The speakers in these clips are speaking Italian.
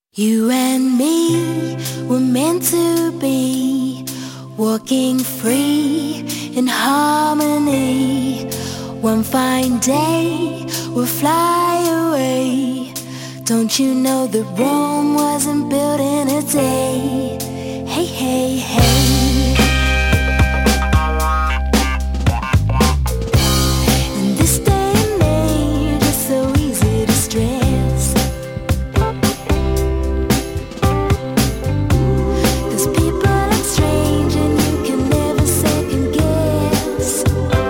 You and me were meant to be, walking free in harmony. One fine day we'll fly away. Don't you know that Rome wasn't built in a day? Hey, hey, hey. In this day and age, it's so easy to stress. 'Cause people act strange and you can never second guess.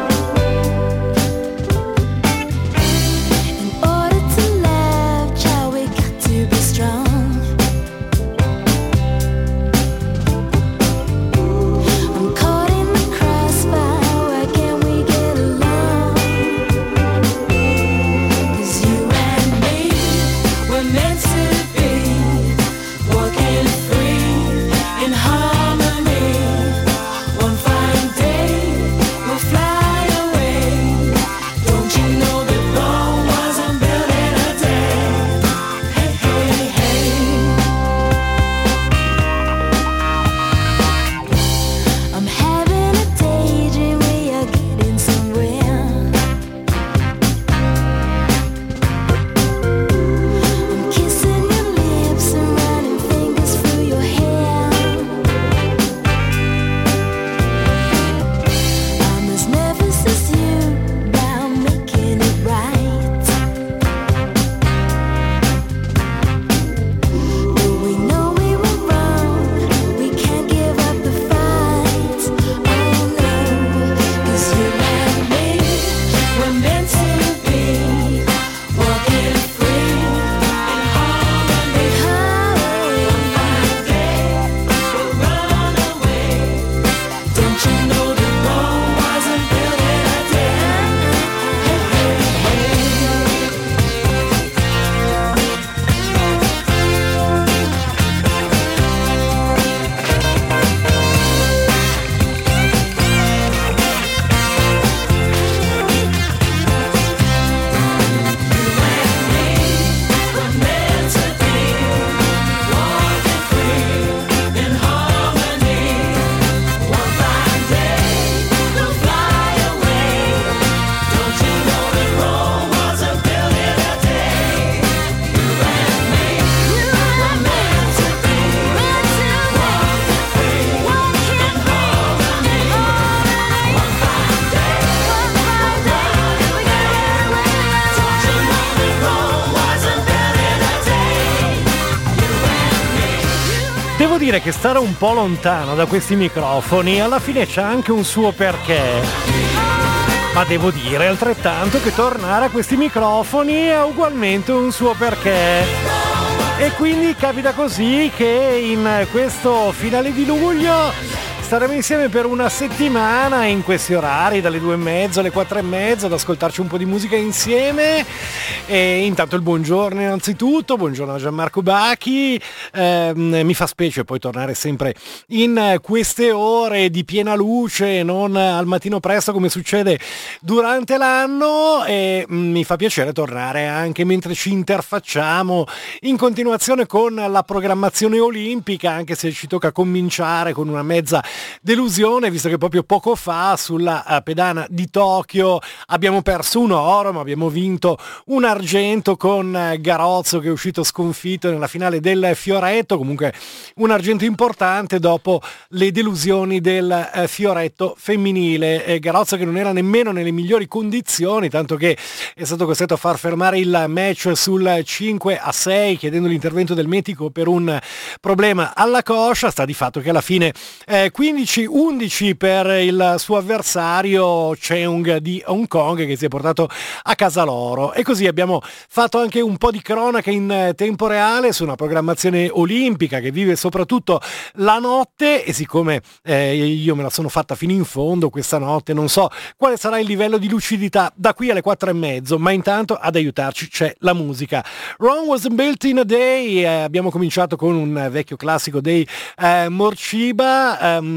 In order to love, child, we got to be strong. I'm caught in the crossfire, why can't we get along? 'Cause you and me, we're meant to be, walking free in harmony. One fine day, we'll fly away. Don't you know that Rome wasn't built in a day? Hey, hey, hey. I'm having a daydream, we are getting somewhere. I'm kissing your lips and running fingers through your hair. I'm as nervous as you about making it right. But we know we were wrong, we can't give up the fight. Oh no, 'cause you and me, we're meant to be, walking free in harmony. One fine day, we'll run away. Don't you know that Rome wasn't built in a day? Hey, hey, hey. We're meant to be, walking free in harmony. One fine day, we'll fly away. Don't you know that Rome wasn't built in a day? You and me, we're meant to be, walking free in harmony. One fine day, we'll fly away. Don't you know that Rome wasn't built in a day? You and me. Devo dire che stare un po' lontano da questi microfoni alla fine c'ha anche un suo perché. Ma devo dire altrettanto che tornare a questi microfoni ha ugualmente un suo perché. E quindi capita così che in questo finale di luglio staremo insieme per una settimana in questi orari, dalle 2:30 alle 4:30, ad ascoltarci un po' di musica insieme. E intanto il buongiorno innanzitutto, buongiorno a Gianmarco Bachi. Mi fa specie poi tornare sempre in queste ore di piena luce, non al mattino presto come succede durante l'anno, e mi fa piacere tornare anche mentre ci interfacciamo in continuazione con la programmazione olimpica, anche se ci tocca cominciare con una mezza delusione, visto che proprio poco fa sulla pedana di Tokyo abbiamo perso un oro, ma abbiamo vinto un argento con Garozzo, che è uscito sconfitto nella finale del fioretto. Comunque un argento importante dopo le delusioni del fioretto femminile. Garozzo che non era nemmeno nelle migliori condizioni, tanto che è stato costretto a far fermare il match sul 5-6 chiedendo l'intervento del medico per un problema alla coscia. Sta di fatto che alla fine 15-11 per il suo avversario Cheung di Hong Kong, che si è portato a casa l'oro. E così abbiamo fatto anche un po' di cronaca in tempo reale su una programmazione olimpica che vive soprattutto la notte, e siccome io me la sono fatta fino in fondo questa notte, non so quale sarà il livello di lucidità da qui alle 4:30, ma intanto ad aiutarci c'è la musica. Rome wasn't built in a day. Abbiamo cominciato con un vecchio classico dei Morciba,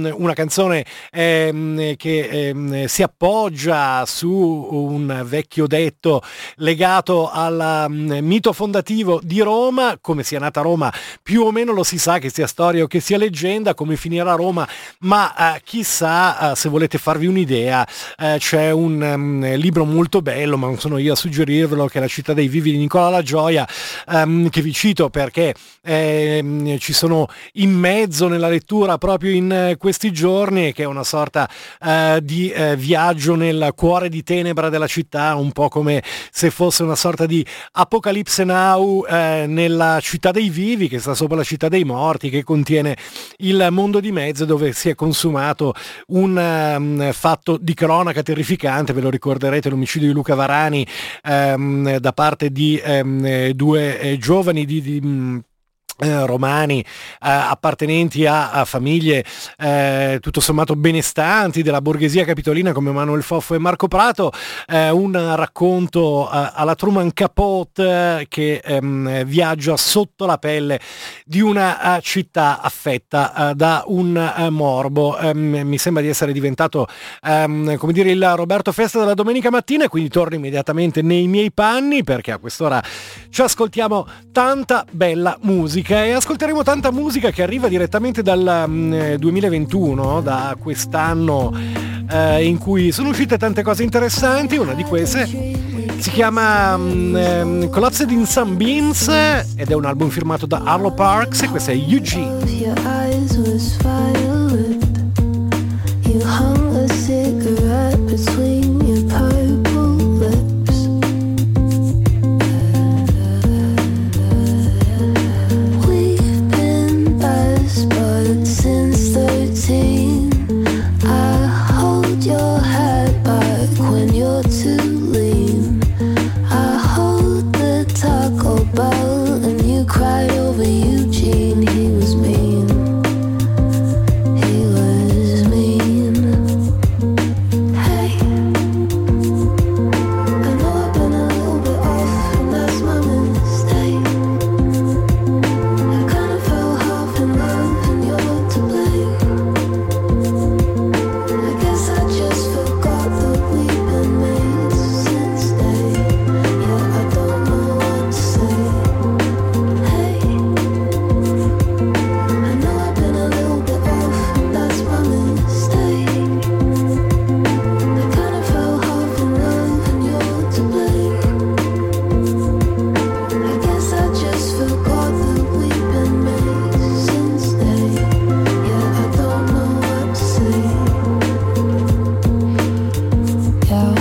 una canzone che si appoggia su un vecchio detto legato al mito fondativo di Roma. Come sia nata Roma più o meno lo si sa, che sia storia o che sia leggenda. Come finirà Roma, ma chissà. Se volete farvi un'idea, c'è un libro molto bello, ma non sono io a suggerirvelo, che è La città dei vivi di Nicola La Gioia, che vi cito perché ci sono in mezzo nella lettura proprio in questi giorni, che è una sorta di viaggio nel cuore di tenebra della città, un po' come se fosse una sorta di Apocalypse Now nella città dei vivi, che sta sopra la città dei morti, che contiene il mondo di mezzo, dove si è consumato un fatto di cronaca terrificante. Ve lo ricorderete, l'omicidio di Luca Varani da parte di due giovani di romani appartenenti a famiglie tutto sommato benestanti della borghesia capitolina, come Manuel Foffo e Marco Prato, un racconto alla Truman Capote che viaggia sotto la pelle di una città affetta da un morbo. Mi sembra di essere diventato come dire il Roberto Festa della domenica mattina, e quindi torno immediatamente nei miei panni, perché a quest'ora ci ascoltiamo tanta bella musica. E ascolteremo tanta musica che arriva direttamente dal 2021, da quest'anno in cui sono uscite tante cose interessanti. Una di queste si chiama Collapsed in Sunbeams ed è un album firmato da Arlo Parks, e questa è Eugene. Since 13, I hold your head back when you're too lean. I hold the Taco Bell and you cried over Eugene. He was mean. He was mean. Hey, I know I've been a little bit off, and that's my mistake. I kind of fell half in love and you're to blame. I guess I just forgot that we've been made since day. Yeah, I don't know what to say. Hey, I know I've been a little bit off, and that's my mistake. I kind of fell half in love and you're to blame. I guess I just forgot that we've been made since day. Yeah, I don't know what to say. Yeah.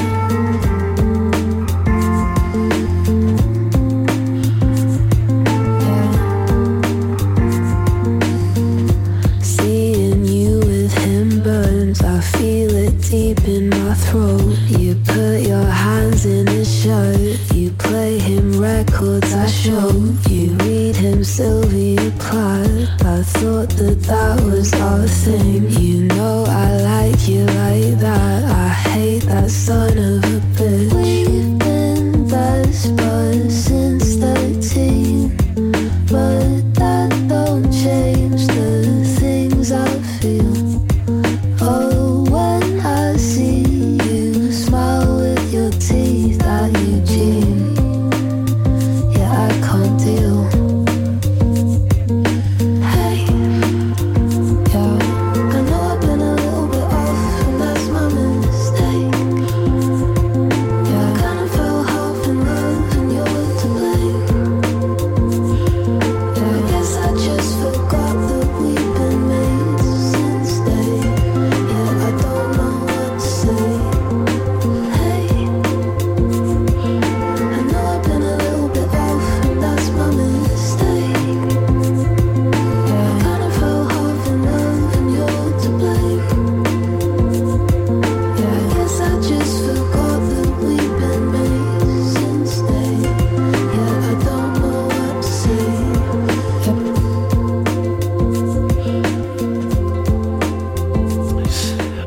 Seeing you with him burns, I feel it deep in my throat. You put your hands in his shirt, you play him records I showed. You read him Sylvia Plath, I thought that was our thing. You know I like you like that, I hate that son of a bitch. We've been best buds since 13, but that don't change the things I feel. Oh, when I see you smile with your teeth at Eugene, yeah, I can't deal. Hey, yeah, I know I've been a little bit off, and that's my mistake.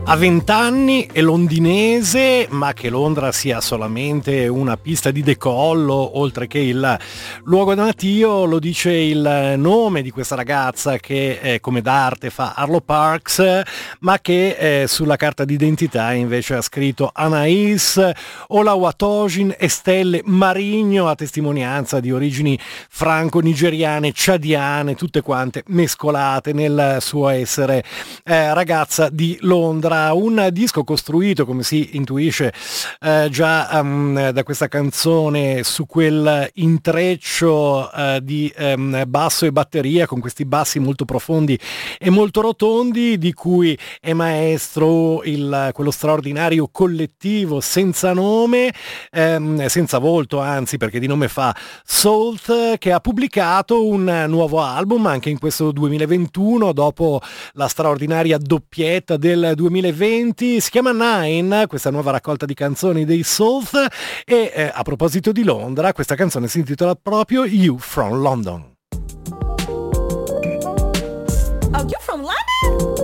A 20 anni è londinese, ma che Londra sia solamente una pista di decollo, oltre che il luogo natio, lo dice il nome di questa ragazza che come d'arte fa Arlo Parks, ma che sulla carta d'identità invece ha scritto Anais Olawatoshin Estelle Marigno, a testimonianza di origini franco-nigeriane, ciadiane, tutte quante mescolate nel suo essere ragazza di Londra. Un disco costruito, come si intuisce già da questa canzone, su quel intreccio di basso e batteria, con questi bassi molto profondi e molto rotondi, di cui è maestro quello straordinario collettivo senza nome, senza volto anzi, perché di nome fa Salt, che ha pubblicato un nuovo album anche in questo 2021 dopo la straordinaria doppietta del 2020. Si chiama Nine, questa nuova raccolta di canzoni dei Salt, e a proposito di Londra, questa canzone si intitola proprio You From London. Oh, you from London?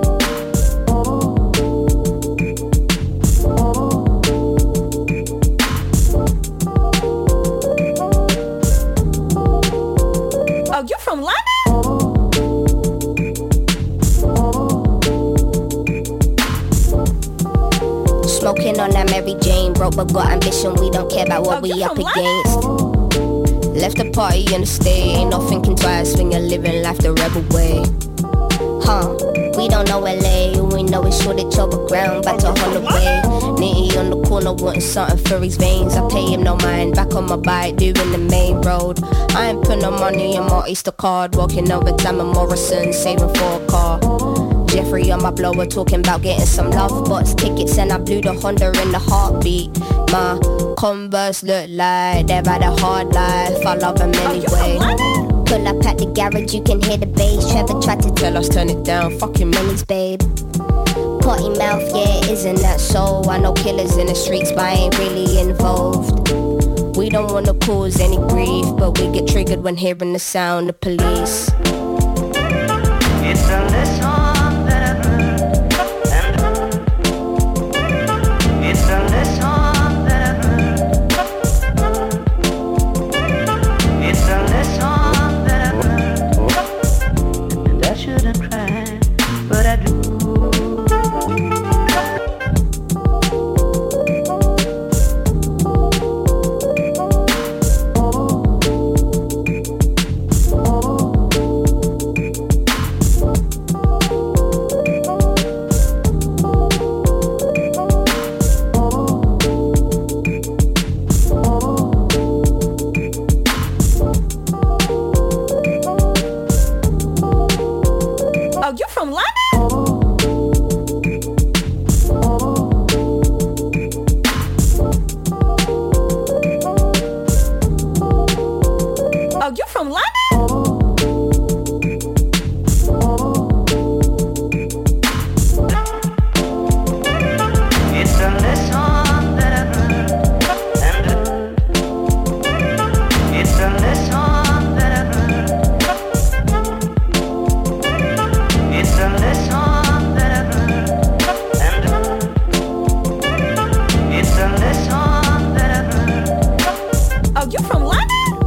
Oh, you from London? Smoking on that Mary Jane, broke but got ambition, we don't care about what we up against. Left the party in the stay, ain't no thinking twice when you're living life the rebel way. We don't know LA, we know it's Shoreditch overground, back to Holloway. Nitty on the corner wanting something for his veins, I pay him no mind, back on my bike doing the main road. I ain't put no money in my Easter card, walking over Tam and Morrison, saving for a car. Jeffrey on my blower talking about getting some love box tickets, and I blew the Honda in the heartbeat. My Converse look like they've had a hard life, I love them anyway. Pull up at the garage, you can hear the bass. Trevor tried to tell us turn it down, fucking Millie's babe. Potty mouth, yeah, isn't that so? I know killers in the streets, but I ain't really involved. We don't wanna cause any grief, but we get triggered when hearing the sound of police. It's a lesson that I've learned, and it's a lesson that I've learned. It's a lesson that I've learned, and I shouldn't cry, but I do. Oh, you from London? Oh, you from London? It's a lesson that I've learned, and it's a lesson that I've learned. It's a lesson that I've learned, and it's a lesson that I've learned. Oh, you from London?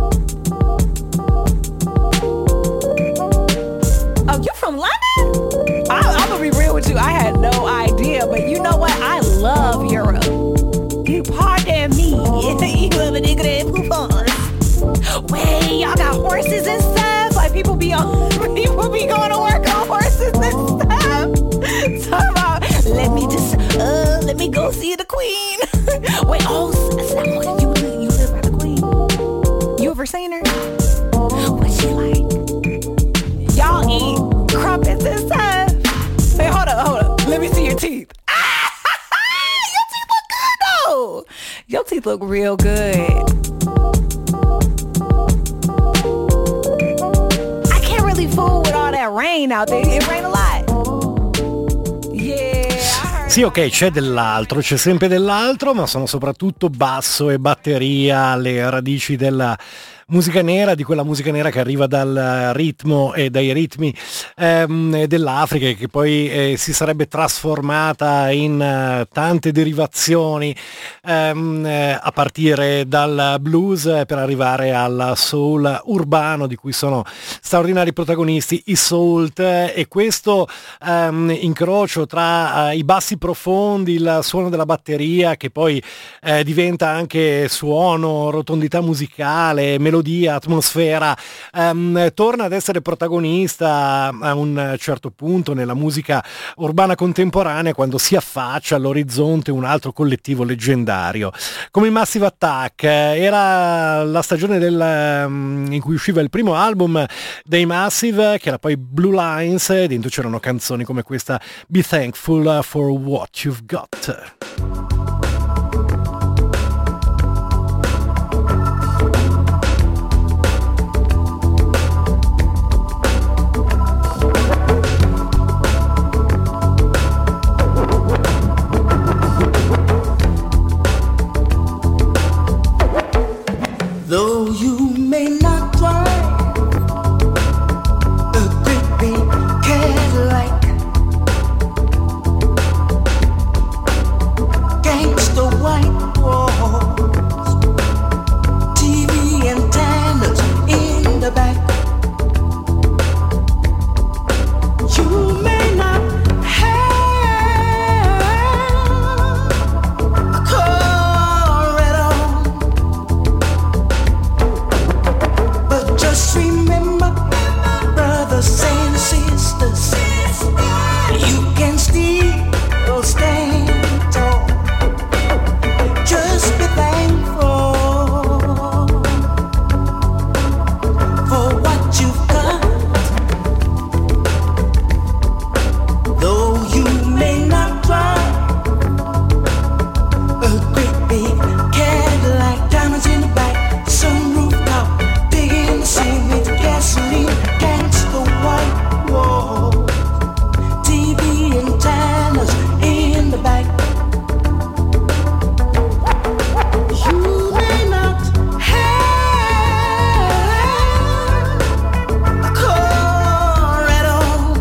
Oh, you from London? I'm gonna be real with you. I had no idea, but you know what? I love Europe. You pardon me. You love a nigga that poop on. Wait, y'all got horses and stuff? Like people be going to work on horses and stuff. Talk about, let me go see the queen. Wait, you live by the queen? You ever seen her? What's she like? Y'all eat crumpets and stuff. Hey, hold up. Let me see your teeth. Your teeth look good though. Your teeth look real good. I can't really fool with all that rain out there. It rain a lot. Yeah, I heard. Sì, ok, c'è dell'altro, c'è sempre dell'altro, ma sono soprattutto basso e batteria le radici della musica nera, di quella musica nera che arriva dal ritmo e dai ritmi dell'Africa e che poi si sarebbe trasformata in tante derivazioni a partire dal blues per arrivare al soul urbano di cui sono straordinari protagonisti i Salt, e questo incrocio tra i bassi profondi, il suono della batteria che poi diventa anche suono, rotondità musicale, melodia, atmosfera, torna ad essere protagonista a un certo punto nella musica urbana contemporanea quando si affaccia all'orizzonte un altro collettivo leggendario come i Massive Attack. Era la stagione in cui usciva il primo album dei Massive, che era poi Blue Lines, e dentro c'erano canzoni come questa Be Thankful for What You've Got. Though you may not drive a great big Cadillac, gangsta white walls, TV antennas in the back, you may not have a car at all, but just remember, brothers and sisters, you can still stand tall. Just be thankful for what you've got. Though you may not drive a great big Cadillac, diamonds in the back, sunroof top, digging the scene with gasoline against the white wall, TV antennas in the back. You may not have a car at all,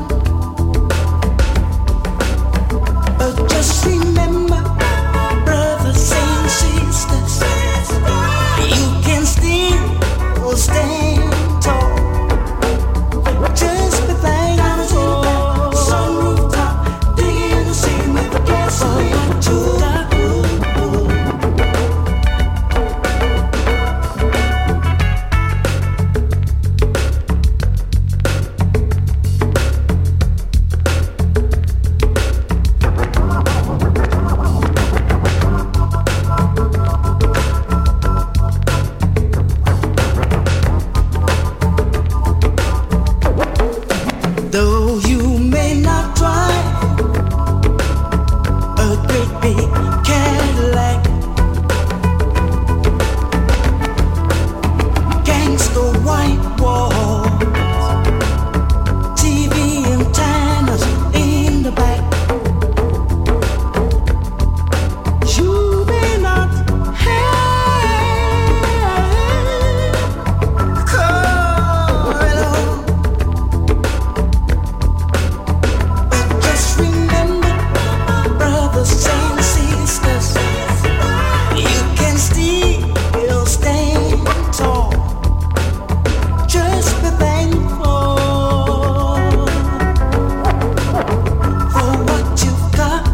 but just remember, brothers and sisters, you can still stand tall. Just be thankful. Sunroof top, digging the scene with the gasoline to die. Though you may not drive a great big Cadillac, gangsta white walls, TV antennas in the back, you may not have a car at all. Just remember, brothers and sisters, you can still stand tall. Just be thankful for what you've got.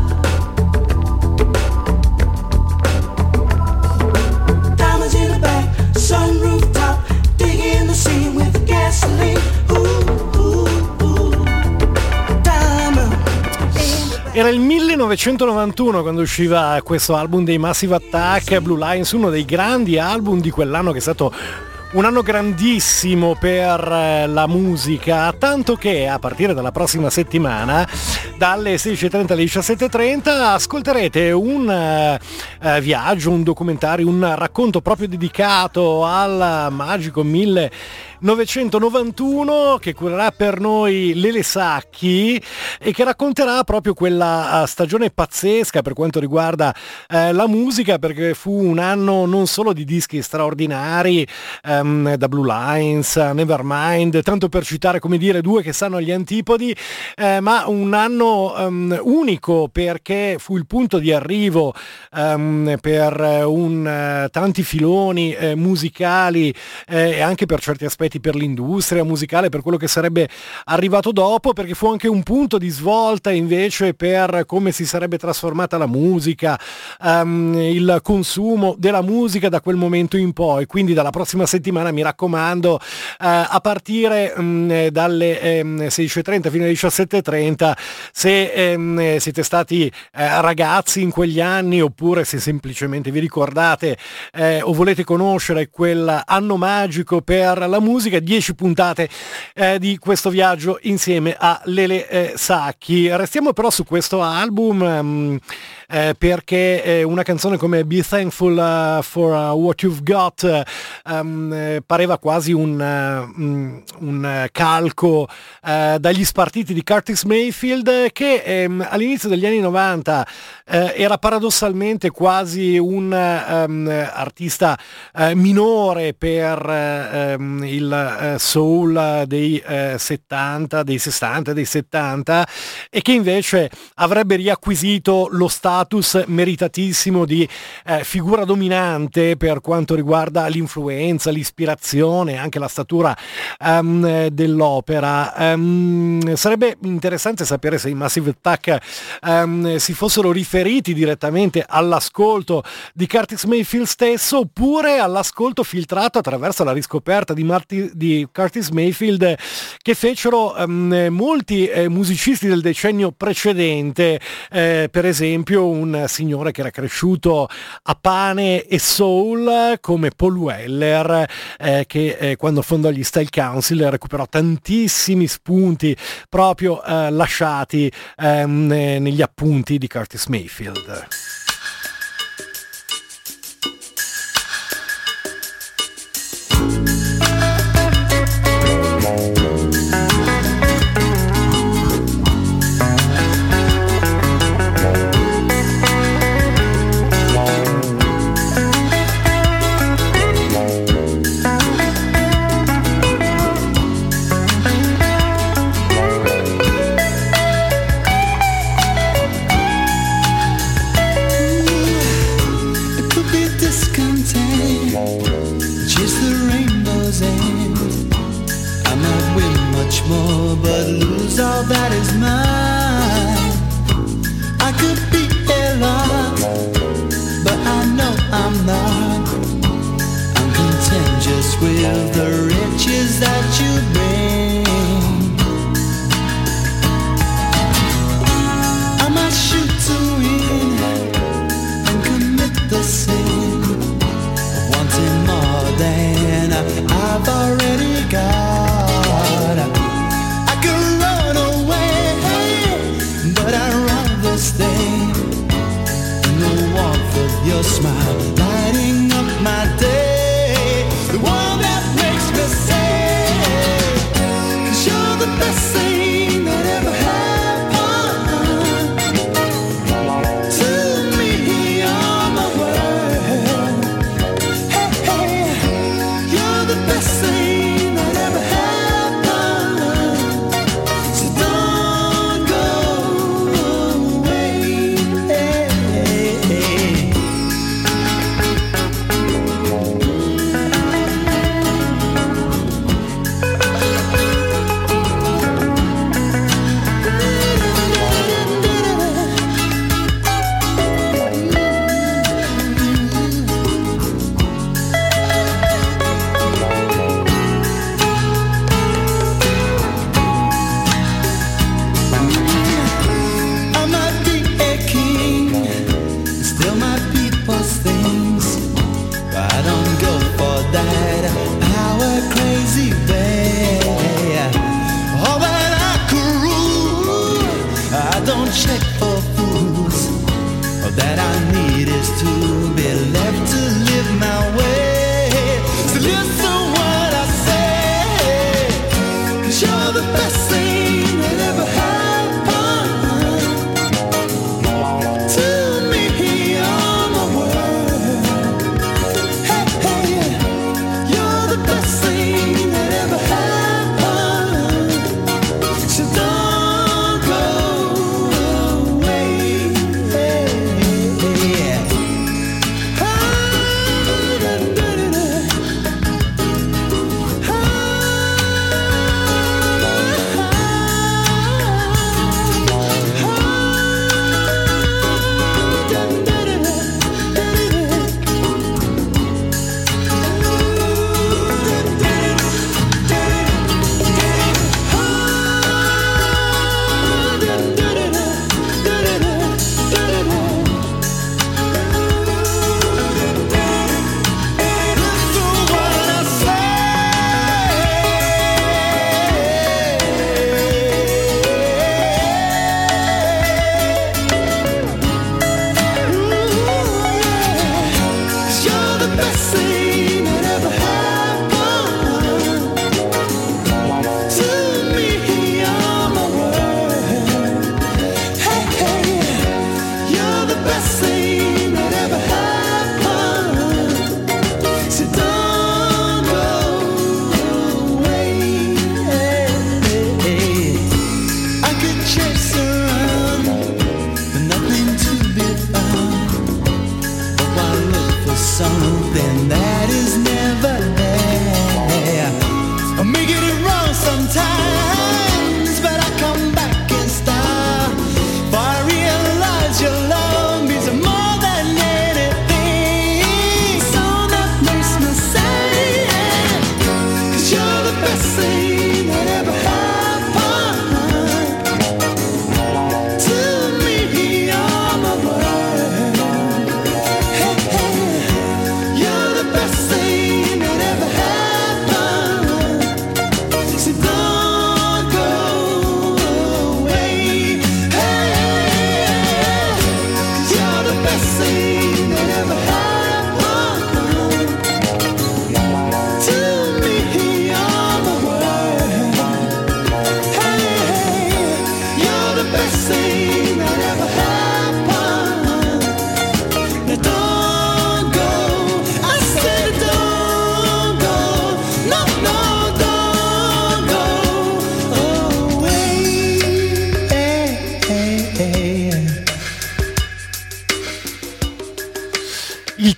Diamonds in the back, sunroof top, digging the scene with gasoline. Ooh, ooh, ooh. Diamond. Era il 1991 quando usciva questo album dei Massive Attack, Blue Lines, uno dei grandi album di quell'anno, che è stato un anno grandissimo per la musica, tanto che a partire dalla prossima settimana, dalle 16.30 alle 17.30, ascolterete un viaggio, un documentario, un racconto proprio dedicato al magico 1991 che curerà per noi Lele Sacchi e che racconterà proprio quella stagione pazzesca per quanto riguarda la musica, perché fu un anno non solo di dischi straordinari, da Blue Lines, Nevermind, tanto per citare, come dire, due che stanno agli antipodi, ma un anno unico, perché fu il punto di arrivo per tanti filoni musicali e anche per certi aspetti per l'industria musicale, per quello che sarebbe arrivato dopo, perché fu anche un punto di svolta invece per come si sarebbe trasformata la musica, il consumo della musica da quel momento in poi. Quindi dalla prossima settimana, mi raccomando, a partire dalle 16.30 fino alle 17.30, se siete stati ragazzi in quegli anni, oppure se semplicemente vi ricordate o volete conoscere quell'anno magico per la musica, 10 puntate di questo viaggio insieme a Lele Sacchi. Restiamo però su questo album, perché una canzone come Be Thankful for What You've Got pareva quasi un calco dagli spartiti di Curtis Mayfield, che all'inizio degli anni 90 era paradossalmente quasi un artista minore per il soul dei 70, dei 60, dei 70, e che invece avrebbe riacquisito lo status meritatissimo di figura dominante per quanto riguarda l'influenza, l'ispirazione, anche la statura dell'opera. Sarebbe interessante sapere se i Massive Attack si fossero riferiti direttamente all'ascolto di Curtis Mayfield stesso, oppure all'ascolto filtrato attraverso la riscoperta di Curtis Mayfield che fecero molti musicisti del decennio precedente, per esempio un signore che era cresciuto a pane e soul come Paul Weller, che quando fondò gli Style Council recuperò tantissimi spunti proprio lasciati negli appunti di Curtis Mayfield. All that is mine. I could be in love, but I know I'm not. I'm content just with the riches that you bring. I might shoot to win and commit the sin of wanting more than I've already got. Your smile lighting up my day, the one that makes me say, 'cause you're the best thing that ever happened to me on my world. Hey, hey, you're the best thing that ever happened, so don't go away. Hey, hey, hey. Check for fools. All that I need is to be left to live my way. So listen what I say, 'cause you're the best thing that ever happened to me on the world. Hey, hey, you're the best.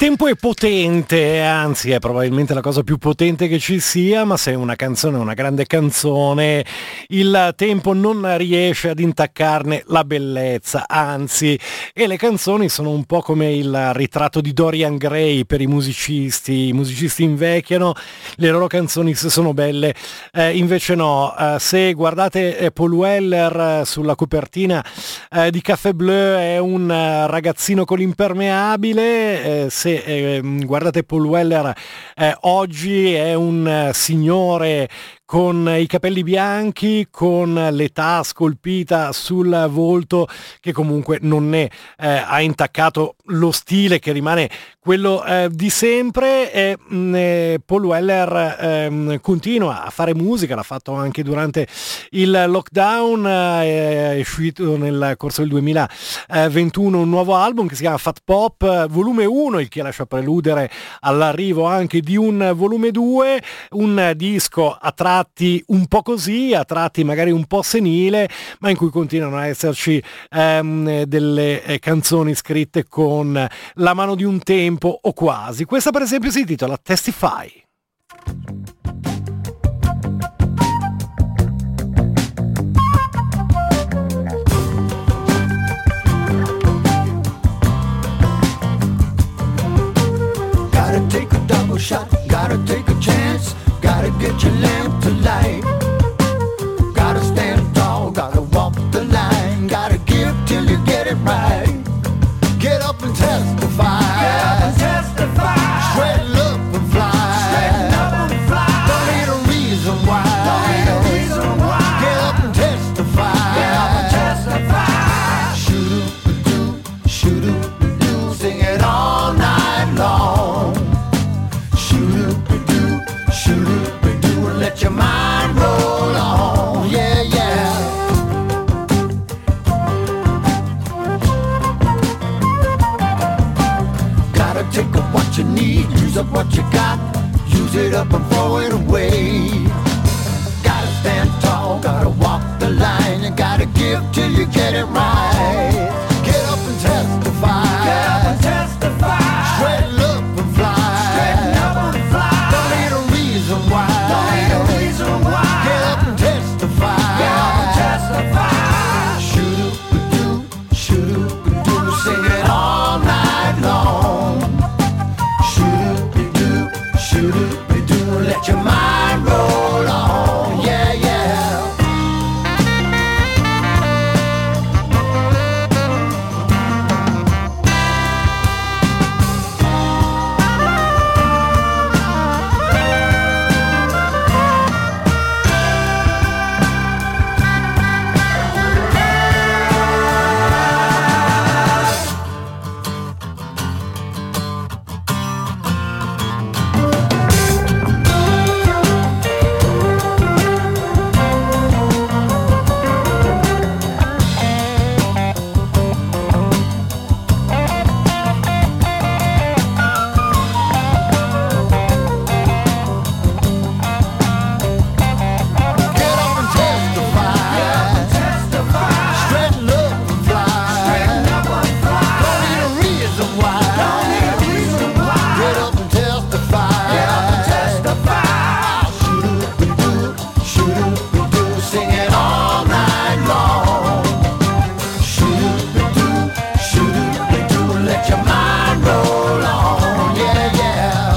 tempo è potente, anzi è probabilmente la cosa più potente che ci sia, ma se una canzone è una grande canzone, il tempo non riesce ad intaccarne la bellezza, anzi, e le canzoni sono un po' come il ritratto di Dorian Gray per i musicisti invecchiano, le loro canzoni se sono belle, invece no. Se guardate Paul Weller sulla copertina di Café Bleu è un ragazzino con l'impermeabile, se guardate Paul Weller oggi è un signore con i capelli bianchi, con l'età scolpita sul volto, che comunque non ne ha intaccato lo stile, che rimane quello di sempre. Paul Weller continua a fare musica, l'ha fatto anche durante il lockdown, è uscito nel corso del 2021 un nuovo album che si chiama Fat Pop volume 1, il che lascia preludere all'arrivo anche di un volume 2, un disco a tratti un po' così, a tratti magari un po' senile, ma in cui continuano a esserci delle canzoni scritte con la mano di un tempo o quasi. Questa per esempio si intitola Testify. Gotta take a double shot, gotta take a chance, gotta get your lamp to light. Gotta stand tall, gotta walk the line, gotta give till you get it right. Get up and testify. Get up and testify. Straighten up and fly. Straighten up and fly. Don't need a reason why. Don't need a reason why. Get up and testify. Get up and testify. Shoot-a-doo, shoot-a-doo, sing it all night long. Shoot-a-doo, shoot-a-doo, and let your mind roll on. Yeah, yeah. Gotta take up what you need, use up what you got, use it up and throw it away. Gotta stand tall, gotta walk the line, and gotta give till you get it right. Get up and testify. Get up and testify. Straighten up and fly. Straighten up and fly. Don't need a reason why. Don't need a reason why. Get up and testify. Get up and testify. Shoot-a-doo, shoot-a-doo, sing it all night long. Shoot-a-doo, shoot-a-doo, let your mind roll on. Yeah, yeah. Get up and testify. Straighten up and fly. Don't need a reason why. Get up and testify. Shoot-a-doo, shoot-a-doo, sing it all night long. Shoot-a-doo, shoot-a-doo, let your mind roll on. Yeah, yeah.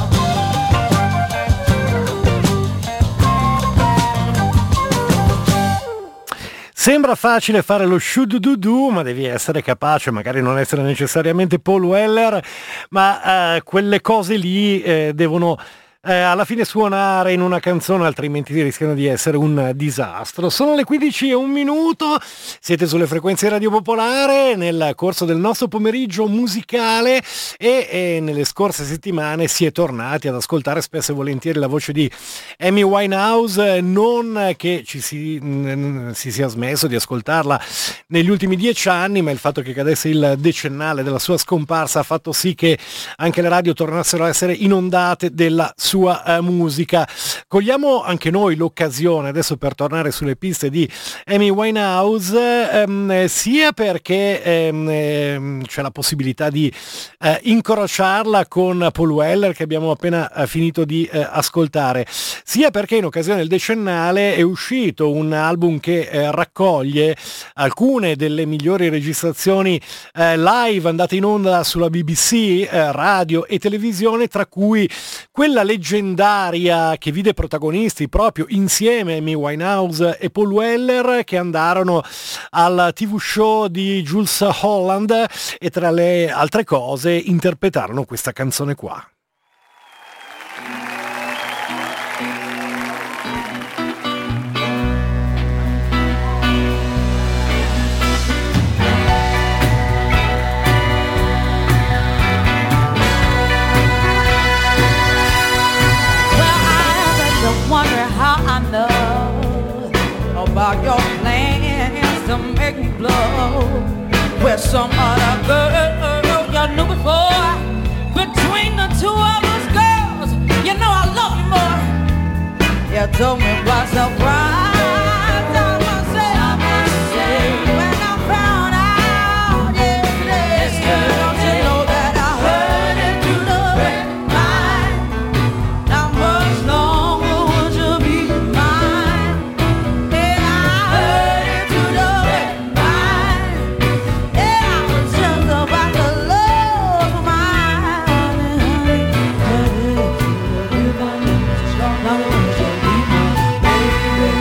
Sembra facile fare lo shoot-do-do, ma devi essere capace, magari non essere necessariamente Paul Weller, ma quelle cose lì devono alla fine suonare in una canzone, altrimenti rischiano di essere un disastro. Sono le 15:01, siete sulle frequenze Radio Popolare nel corso del nostro pomeriggio musicale e nelle scorse settimane si è tornati ad ascoltare spesso e volentieri la voce di Amy Winehouse, non che si sia smesso di ascoltarla negli ultimi 10 anni, ma il fatto che cadesse il decennale della sua scomparsa ha fatto sì che anche le radio tornassero a essere inondate della sua sua musica. Cogliamo anche noi l'occasione adesso per tornare sulle piste di Amy Winehouse, sia perché c'è la possibilità di incrociarla con Paul Weller, che abbiamo appena finito di ascoltare, sia perché in occasione del decennale è uscito un album che raccoglie alcune delle migliori registrazioni live andate in onda sulla BBC, radio e televisione, tra cui quella leggendaria che vide protagonisti proprio insieme Amy Winehouse e Paul Weller, che andarono al TV show di Jools Holland e tra le altre cose interpretarono questa canzone qua. Wonder how I know about your plans to make me blow with some other girl you knew before. Between the two of us girls, you know I love you more. You told me by surprise. I must say, when I found out yesterday, don't you know that I heard it through the grapevine? How much longer would you be mine? Yeah, I heard it through the grapevine. Yeah, I was just about to lose my mind. Longer would you be my baby?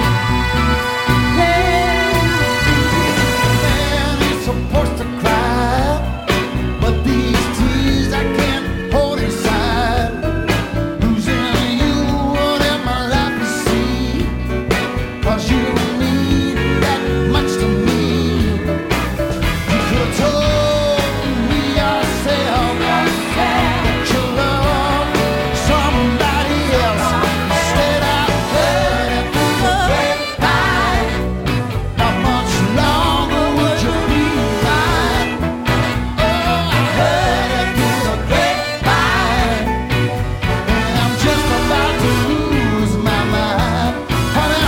Man is supposed to cry, but these tears I can't hold inside. Losing you would in my life to see, 'cause you mean that much to me. You could have told me yourself that you love somebody else. Instead I heard it through the grapevine. How much longer would you be mine? Oh, I heard it through the grapevine, and I'm just about to lose my mind. Honey,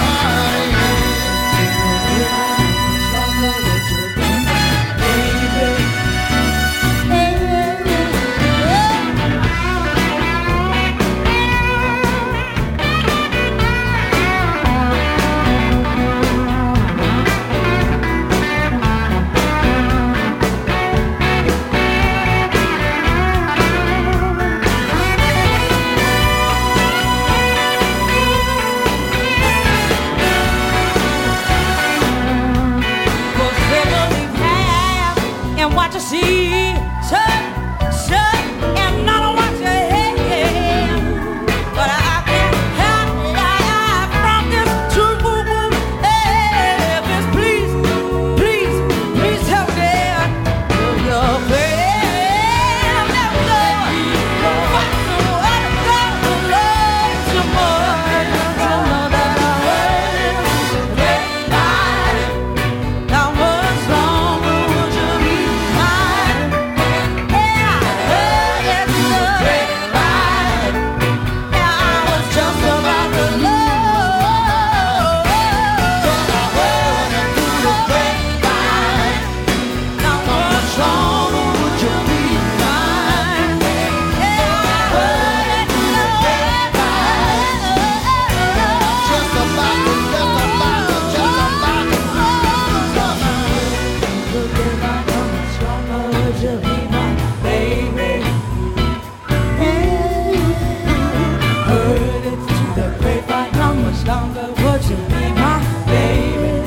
And what you see, shut, and not what you hear. But I can't hide from this truth. Hey, miss, please help me. Your friend never know what the other loves you more. You know that I heard it. How much longer would you be mine? Yeah, I heard it through the grapevine. Yeah, I was just about to love. I heard it through the grapevine. How much longer would you be mine? Yeah, I heard it through the grapevine. just about to lose my mind. Longer would you be my baby?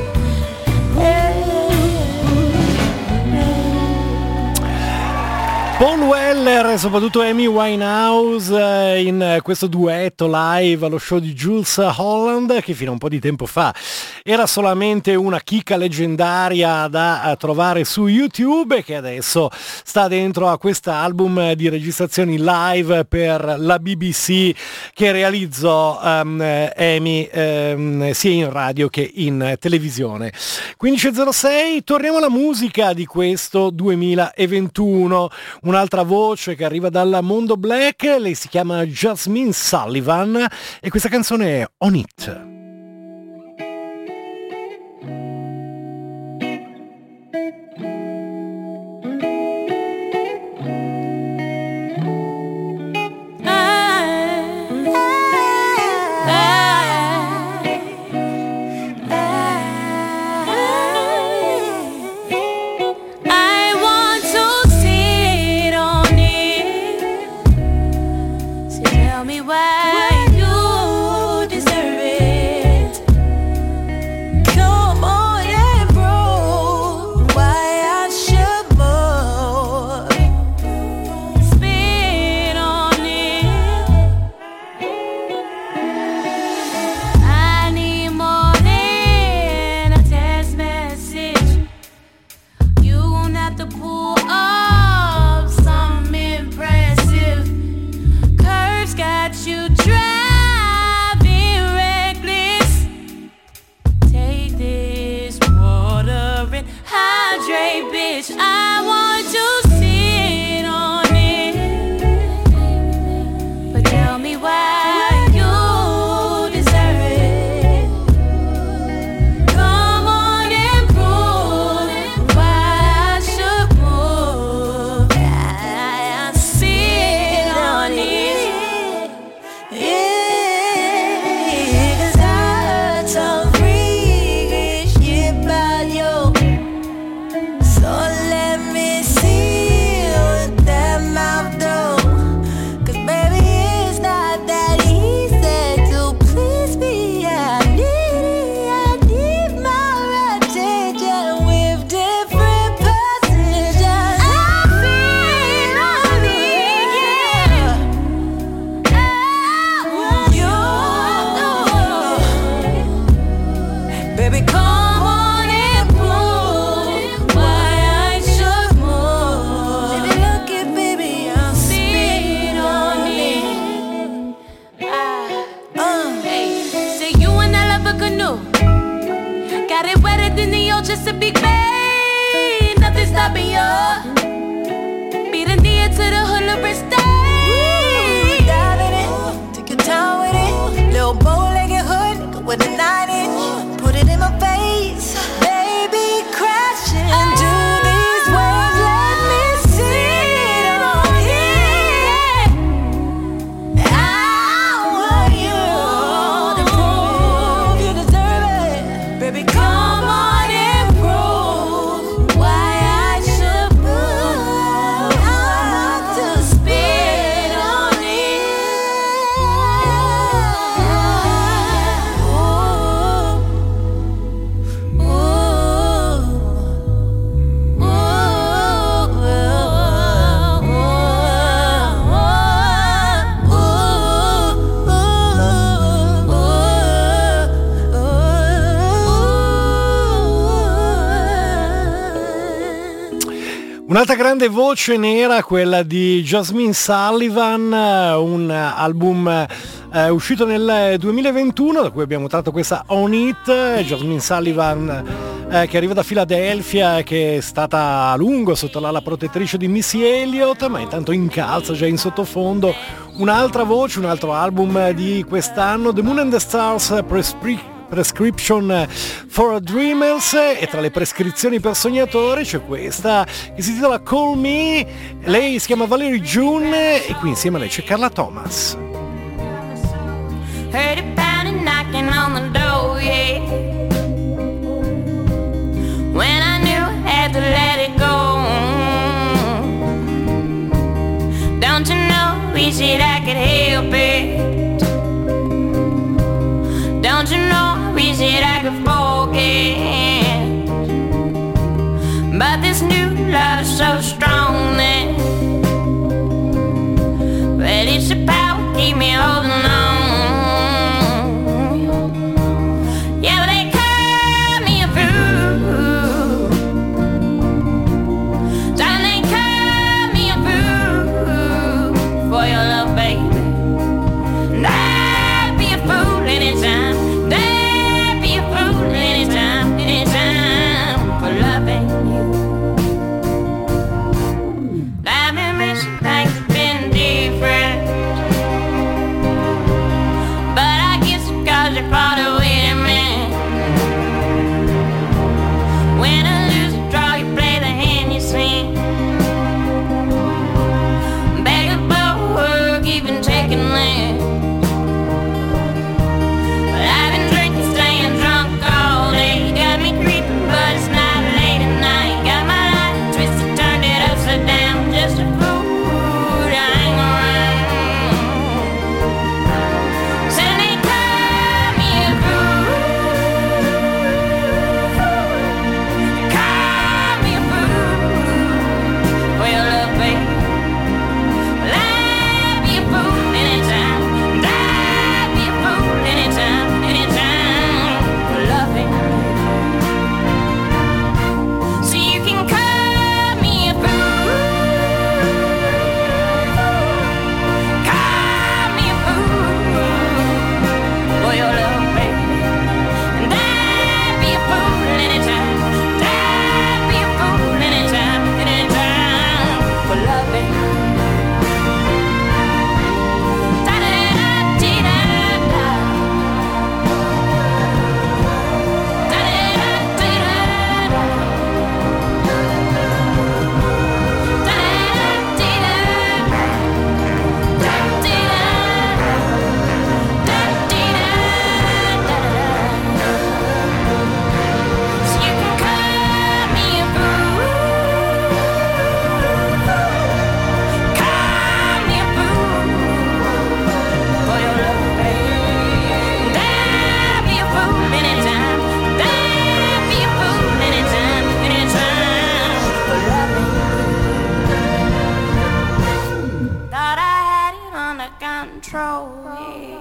Paul Weller e soprattutto Amy Winehouse in questo duetto live allo show di Jools Holland, che fino a un po' di tempo fa era solamente una chicca leggendaria da trovare su YouTube e che adesso sta dentro a quest'album di registrazioni live per la BBC che realizzò Amy sia in radio che in televisione. 15.06, torniamo alla musica di questo 2021, un'altra voce che arriva dal mondo black, lei si chiama Jasmine Sullivan e questa canzone è On It. Un'altra grande voce nera, quella di Jasmine Sullivan, un album uscito nel 2021 da cui abbiamo tratto questa On It. Jasmine Sullivan che arriva da Filadelfia, che è stata a lungo sotto l'ala protettrice di Missy Elliott, ma intanto incalza già in sottofondo un'altra voce, un altro album di quest'anno, The Moon and the Stars Prescription for Dreamers, e tra le prescrizioni per sognatori c'è questa che si intitola Call Me. Lei si chiama Valerie June e qui insieme a lei c'è Carla Thomas. Heard it pounding, knocking on the door, yeah. When I knew I had to let it go. Don't you know, we said I could help it. Don't you know, we said I could forget. But this new love is so strong that, well, it's the power keep me holding on. 'cause you fought it with me. When I lose a draw, you play the hand you sing. Bag of bulwark, even taking land. But I've been drinking, staying drunk all day. You got me creeping, but it's not late at night. Got my life twisted, turned it upside down. Just a fool to hang around. Said they call me a fool. Call me a fool for your love, babe. Well, I'd be a fool anytime. And I'd be a fool anytime, anytime for loving. So you can call me a fool. Call me a fool for your love, baby. And I'd be a fool anytime. And I'd be a fool anytime, anytime for loving. Da-da-da-dee-da-da. Da-da-da-dee-da-da. So you can call me a fool. Call me a fool for your love, baby. And I'll be a fool anytime. And I'll be a fool anytime, anytime for loving. Thought I had it under control, yeah.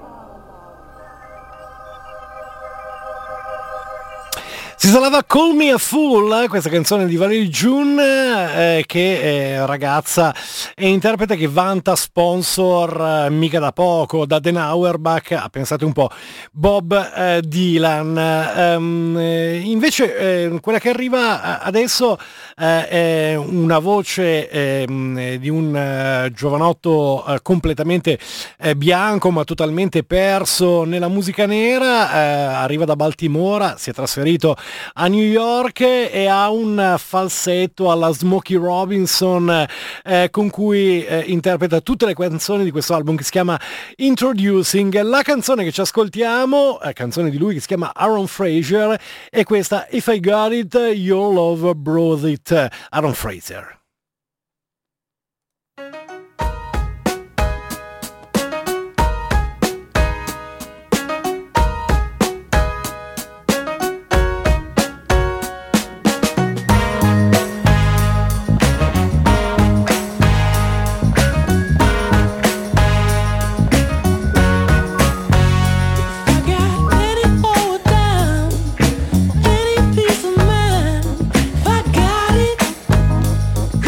Si chiamava Call Me a Fool, questa canzone di Valerie June, che è ragazza e interprete che vanta sponsor mica da poco, da Den Auerbach, pensate un po', Bob Dylan. Invece quella che arriva adesso è una voce di un giovanotto completamente bianco ma totalmente perso nella musica nera, arriva da Baltimora, si è trasferito a New York e ha un falsetto alla Smokey Robinson con cui interpreta tutte le canzoni di questo album che si chiama Introducing. La canzone che ci ascoltiamo, canzone di lui che si chiama Aaron Fraser, è questa If I Got It, Your Love Brought It. Aaron Fraser. I got any old dime, any piece of mind. If I got it,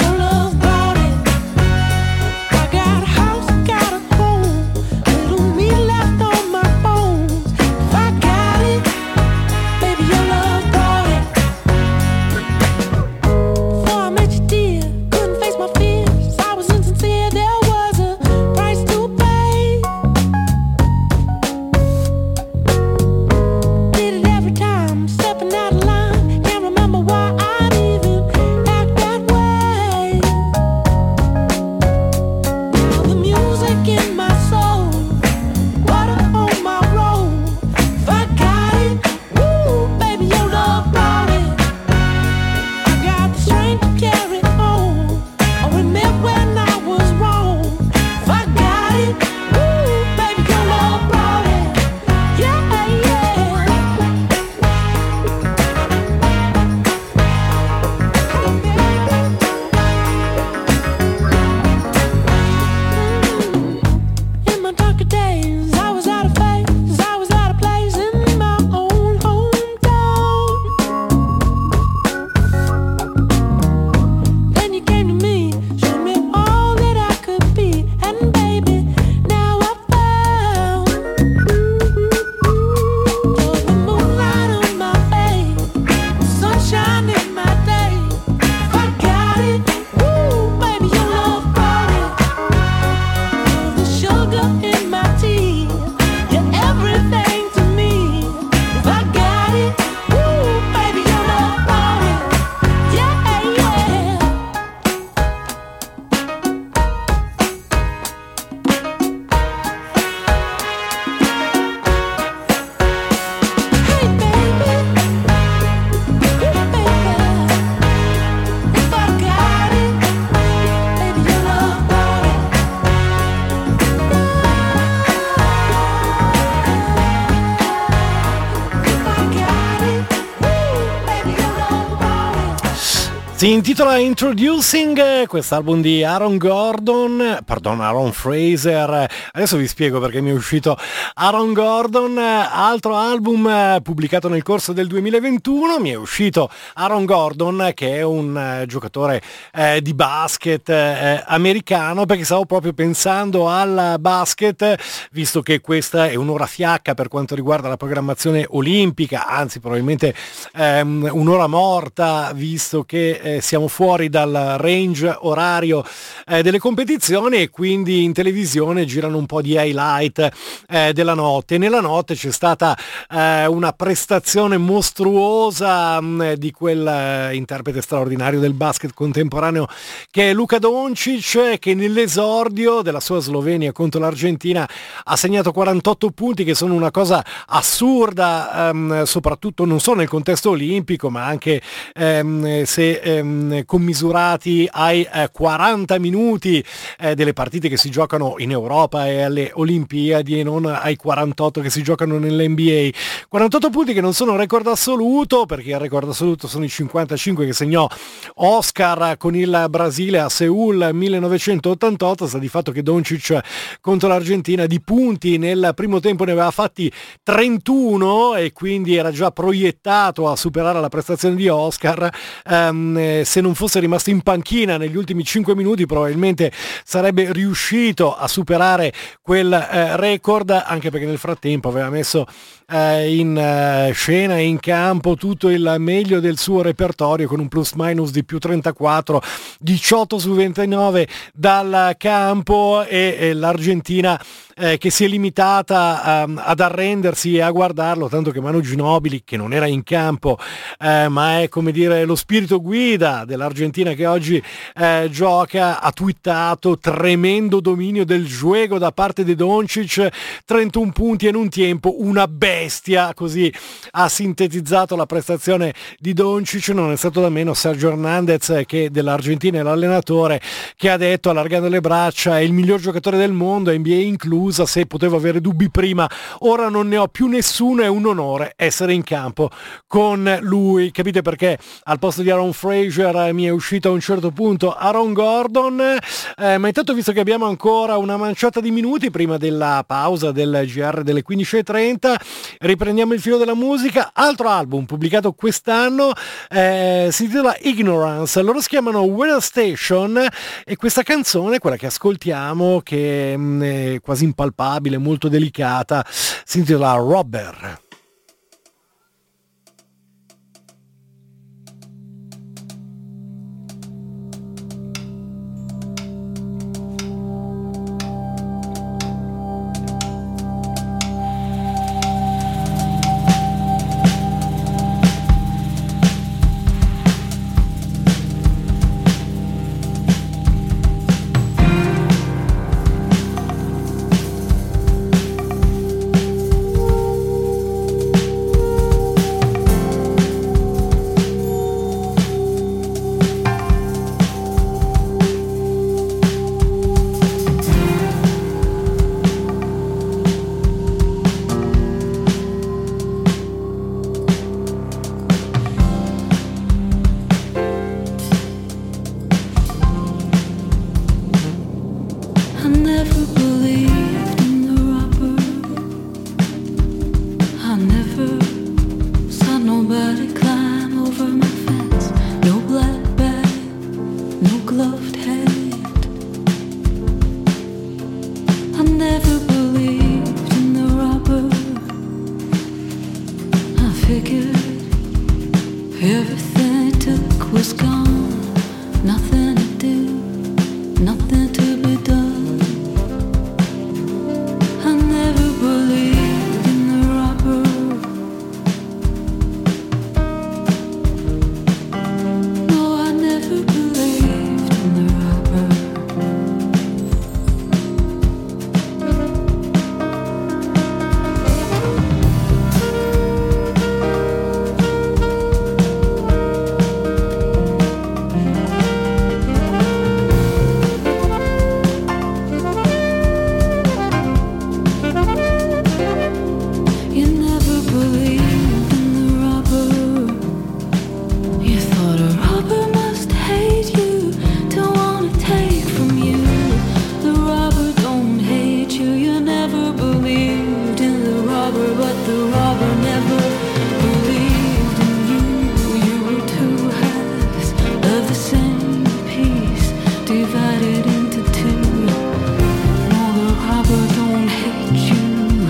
Si intitola Introducing, quest'album di Aaron Fraser. Adesso vi spiego perché mi è uscito Aaron Gordon, altro album pubblicato nel corso del 2021. Mi è uscito Aaron Gordon, che è un giocatore di basket americano, perché stavo proprio pensando al basket, visto che questa è un'ora fiacca per quanto riguarda la programmazione olimpica, anzi probabilmente un'ora morta, visto che siamo fuori dal range orario delle competizioni, e quindi in televisione girano un po' di highlight della notte. Nella notte c'è stata una prestazione mostruosa di quel interprete straordinario del basket contemporaneo che è Luka Doncic, che nell'esordio della sua Slovenia contro l'Argentina ha segnato 48 punti, che sono una cosa assurda, soprattutto non solo nel contesto olimpico, ma anche se commisurati ai 40 minuti delle partite che si giocano in Europa e alle Olimpiadi, e non ai 48 che si giocano nell'NBA. 48 punti che non sono un record assoluto, perché il record assoluto sono i 55 che segnò Oscar con il Brasile a Seul 1988. Sta di fatto che Doncic contro l'Argentina di punti nel primo tempo ne aveva fatti 31, e quindi era già proiettato a superare la prestazione di Oscar. Se non fosse rimasto in panchina negli ultimi 5 minuti probabilmente sarebbe riuscito a superare quel record, anche perché nel frattempo aveva messo in scena e in campo tutto il meglio del suo repertorio, con un plus minus di più 34, 18 su 29 dal campo, e l'Argentina che si è limitata ad arrendersi e a guardarlo, tanto che Manu Ginobili, che non era in campo ma è, come dire, lo spirito guida dell'Argentina che oggi gioca, ha twittato: tremendo dominio del juego da parte di Doncic, 31 punti in un tempo, una bestia. Così ha sintetizzato la prestazione di Doncic. Non è stato da meno Sergio Hernandez, che dell'Argentina è l'allenatore, che ha detto, allargando le braccia: è il miglior giocatore del mondo, NBA inclusa. Se potevo avere dubbi prima, ora non ne ho più nessuno, è un onore essere in campo con lui. Capite perché al posto di Aaron Fraser mi è uscito a un certo punto Aaron Gordon. Ma intanto, visto che abbiamo ancora una manciata di minuti prima della pausa del GR delle 15:30, riprendiamo il filo della musica. Altro album pubblicato quest'anno, si intitola Ignorance. Loro si chiamano Weather Station, e questa canzone, quella che ascoltiamo, che è quasi impalpabile, molto delicata, si intitola Robber. the robber never believed in you. You were two halves of the same piece, divided into two. No, the robber don't hate you.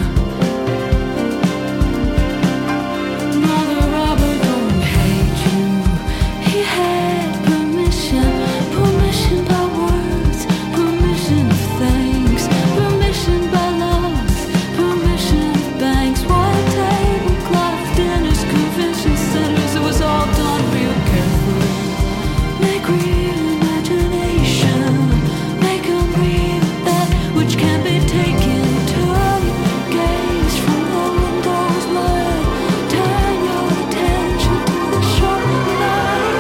No, the robber don't hate you. He had permission, permission by words, permission of thanks, permission by love, permission of banks, white tablecloth, dinners, convention centers. It was all done real carefully. Make real imagination, make them real that which can be taken. Turn your gaze from the window's light, turn your attention to the sharp knife.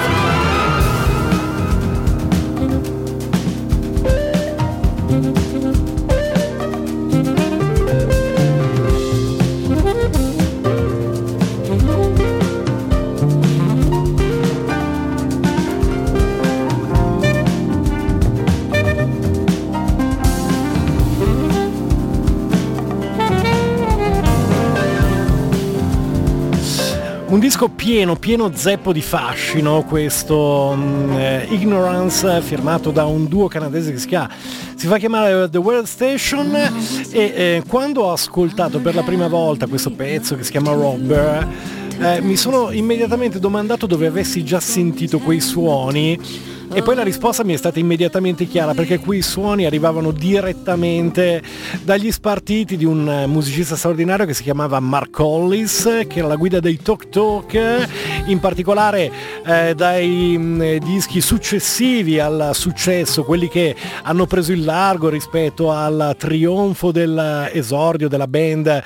Un disco pieno zeppo di fascino, questo Ignorance, firmato da un duo canadese che si fa chiamare The World Station, e quando ho ascoltato per la prima volta questo pezzo che si chiama Robber, mi sono immediatamente domandato dove avessi già sentito quei suoni. E poi la risposta mi è stata immediatamente chiara, perché quei suoni arrivavano direttamente dagli spartiti di un musicista straordinario che si chiamava Mark Hollis, che era la guida dei Talk Talk, in particolare dai dischi successivi al successo, quelli che hanno preso il largo rispetto al trionfo dell'esordio della band,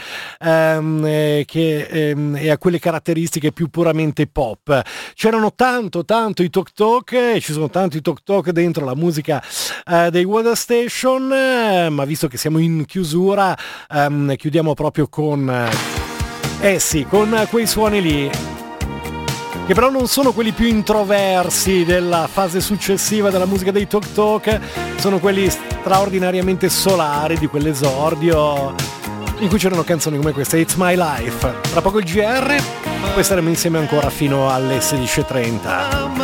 e a quelle caratteristiche più puramente pop. C'erano tanto i Talk Talk, e ci sono tanti Talk Talk dentro la musica dei Weather Station, ma visto che siamo in chiusura, chiudiamo proprio con con quei suoni lì, che però non sono quelli più introversi della fase successiva della musica dei Talk Talk, sono quelli straordinariamente solari di quell'esordio, in cui c'erano canzoni come questa, It's My Life. Tra poco il GR, poi staremo insieme ancora fino alle 16:30.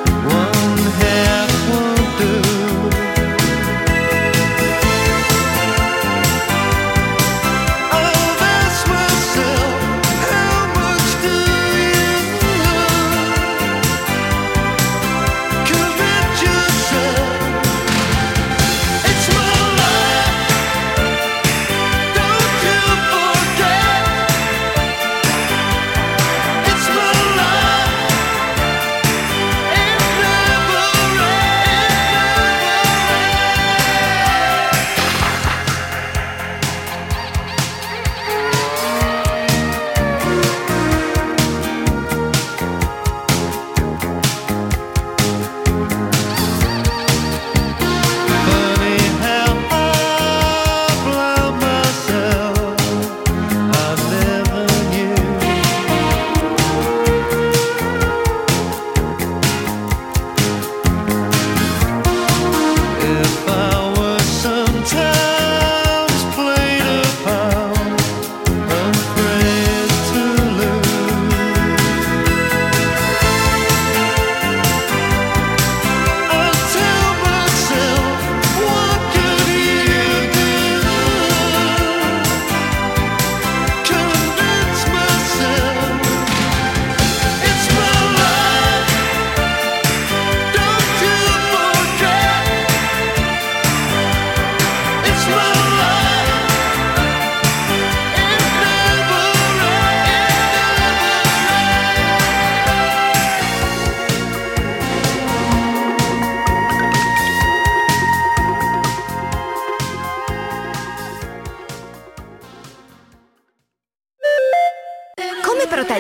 One half won't do.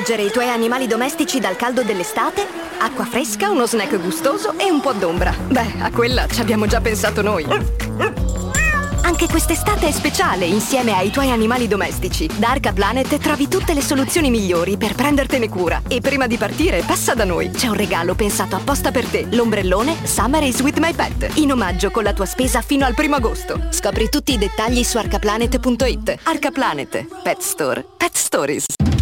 proteggere i tuoi animali domestici dal caldo dell'estate? Acqua fresca, uno snack gustoso e un po' d'ombra. Beh, a quella ci abbiamo già pensato noi. Anche quest'estate è speciale insieme ai tuoi animali domestici. Da Arca Planet trovi tutte le soluzioni migliori per prendertene cura. E prima di partire, passa da noi. C'è un regalo pensato apposta per te. L'ombrellone Summer is with my pet. In omaggio con la tua spesa fino al 1 agosto. Scopri tutti i dettagli su arcaplanet.it. Arca Planet. Pet Store. Pet Stories.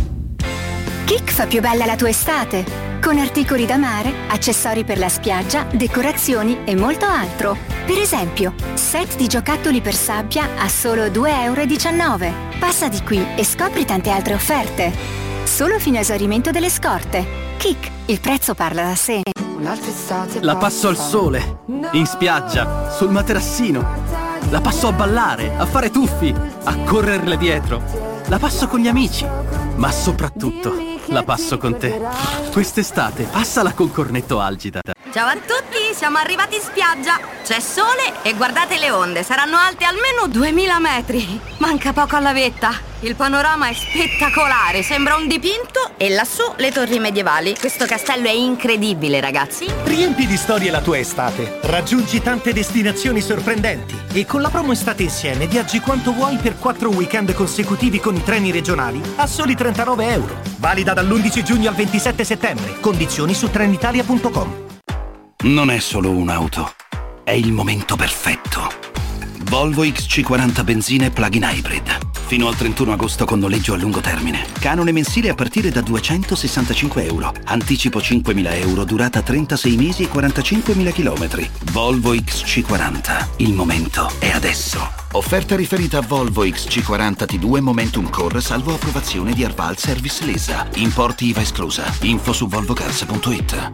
Kik fa più bella la tua estate. Con articoli da mare, accessori per la spiaggia, decorazioni e molto altro. Per esempio, set di giocattoli per sabbia a solo €2,19. Passa di qui e scopri tante altre offerte. Solo fino a esaurimento delle scorte. Kik, il prezzo parla da sé. La passo al sole, in spiaggia, sul materassino. La passo a ballare, a fare tuffi, a correrle dietro. La passo con gli amici, ma soprattutto la passo con te. Quest'estate passala con Cornetto Algida. Ciao a tutti, siamo arrivati in spiaggia. C'è sole e guardate le onde, saranno alte almeno 2000 metri. Manca poco alla vetta. Il panorama è spettacolare, sembra un dipinto. E lassù le torri medievali. Questo castello è incredibile, ragazzi. Riempi di storie la tua estate. Raggiungi tante destinazioni sorprendenti. E con la promo Estate Insieme viaggi quanto vuoi per 4 weekend consecutivi con i treni regionali a soli €39. Valida dall'11 giugno al 27 settembre. Condizioni su trenitalia.com. Non è solo un'auto, è il momento perfetto. Volvo XC40 benzina e plug-in hybrid. Fino al 31 agosto con noleggio a lungo termine. Canone mensile a partire da €265. Anticipo €5.000, durata 36 mesi e 45.000 chilometri. Volvo XC40. Il momento è adesso. Offerta riferita a Volvo XC40 T2 Momentum Core salvo approvazione di Arval Service Lesa. Importi IVA esclusa. Info su volvocars.it.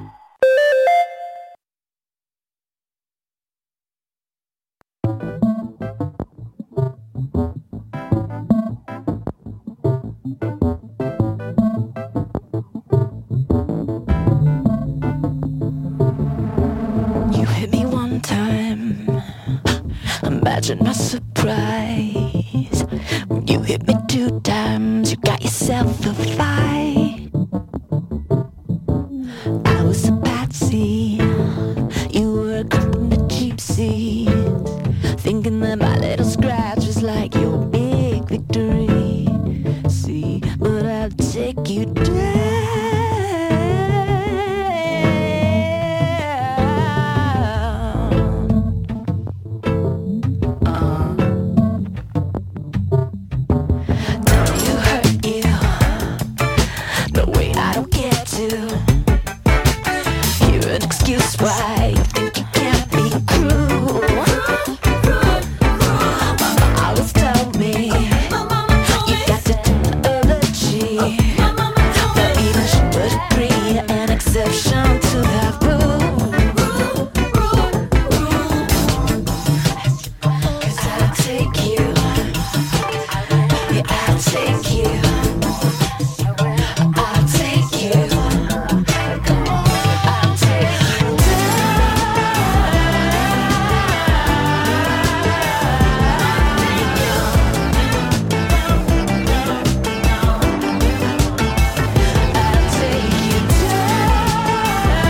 You hit me one time, imagine my surprise. When you hit me 2 times, you got yourself a fight. I was a patsy, you were a creep in the cheap seats, thinking that my little scratch was like your big victory. See, but I'll take you down. Why